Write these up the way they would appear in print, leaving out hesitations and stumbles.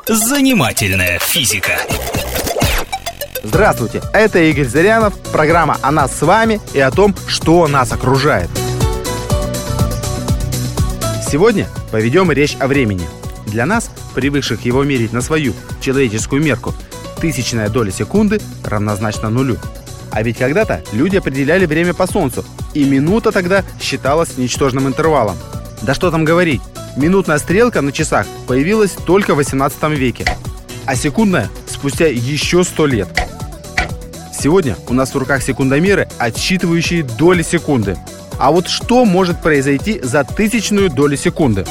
Занимательная физика. Здравствуйте, это Игорь Зырянов, программа о нас с вами и о том, что нас окружает. Сегодня поведем речь о времени. Для нас, привыкших его мерить на свою человеческую мерку, тысячная доля секунды равнозначна нулю. А ведь когда-то люди определяли время по Солнцу, и минута тогда считалась ничтожным интервалом. Да что там говорить, минутная стрелка на часах появилась только в 18 веке, а секундная спустя еще 100 лет. Сегодня у нас в руках секундомеры, отсчитывающие доли секунды. А вот что может произойти за тысячную долю секунды?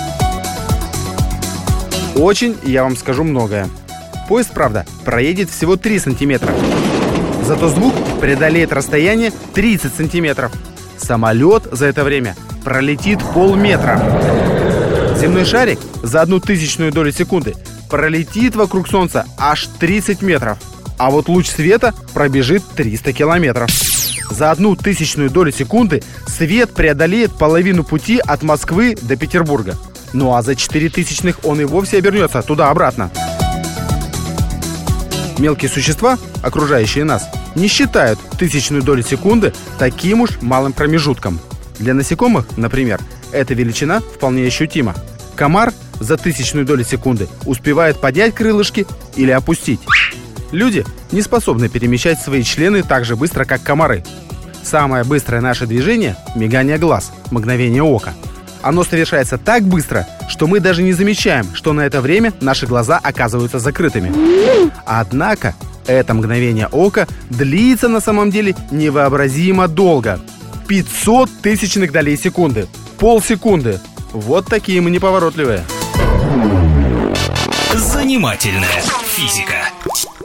Очень, я вам скажу, многое. Поезд, правда, проедет всего 3 сантиметра. Зато звук преодолеет расстояние 30 сантиметров. Самолет за это время пролетит полметра. Земной шарик за 1/1000 долю секунды пролетит вокруг Солнца аж 30 метров. А вот луч света пробежит 300 километров. За 1/1000 долю секунды свет преодолеет половину пути от Москвы до Петербурга. Ну а за 0,04 он и вовсе обернется туда-обратно. Мелкие существа, окружающие нас, не считают тысячную долю секунды таким уж малым промежутком. Для насекомых, например, эта величина вполне ощутима. Комар за тысячную долю секунды успевает поднять крылышки или опустить. Люди не способны перемещать свои члены так же быстро, как комары. Самое быстрое наше движение – мигание глаз, мгновение ока. Оно совершается так быстро, что мы даже не замечаем, что на это время наши глаза оказываются закрытыми. Однако это мгновение ока длится на самом деле невообразимо долго. 500 тысячных долей секунды. Полсекунды. Вот такие мы неповоротливые. Занимательная физика.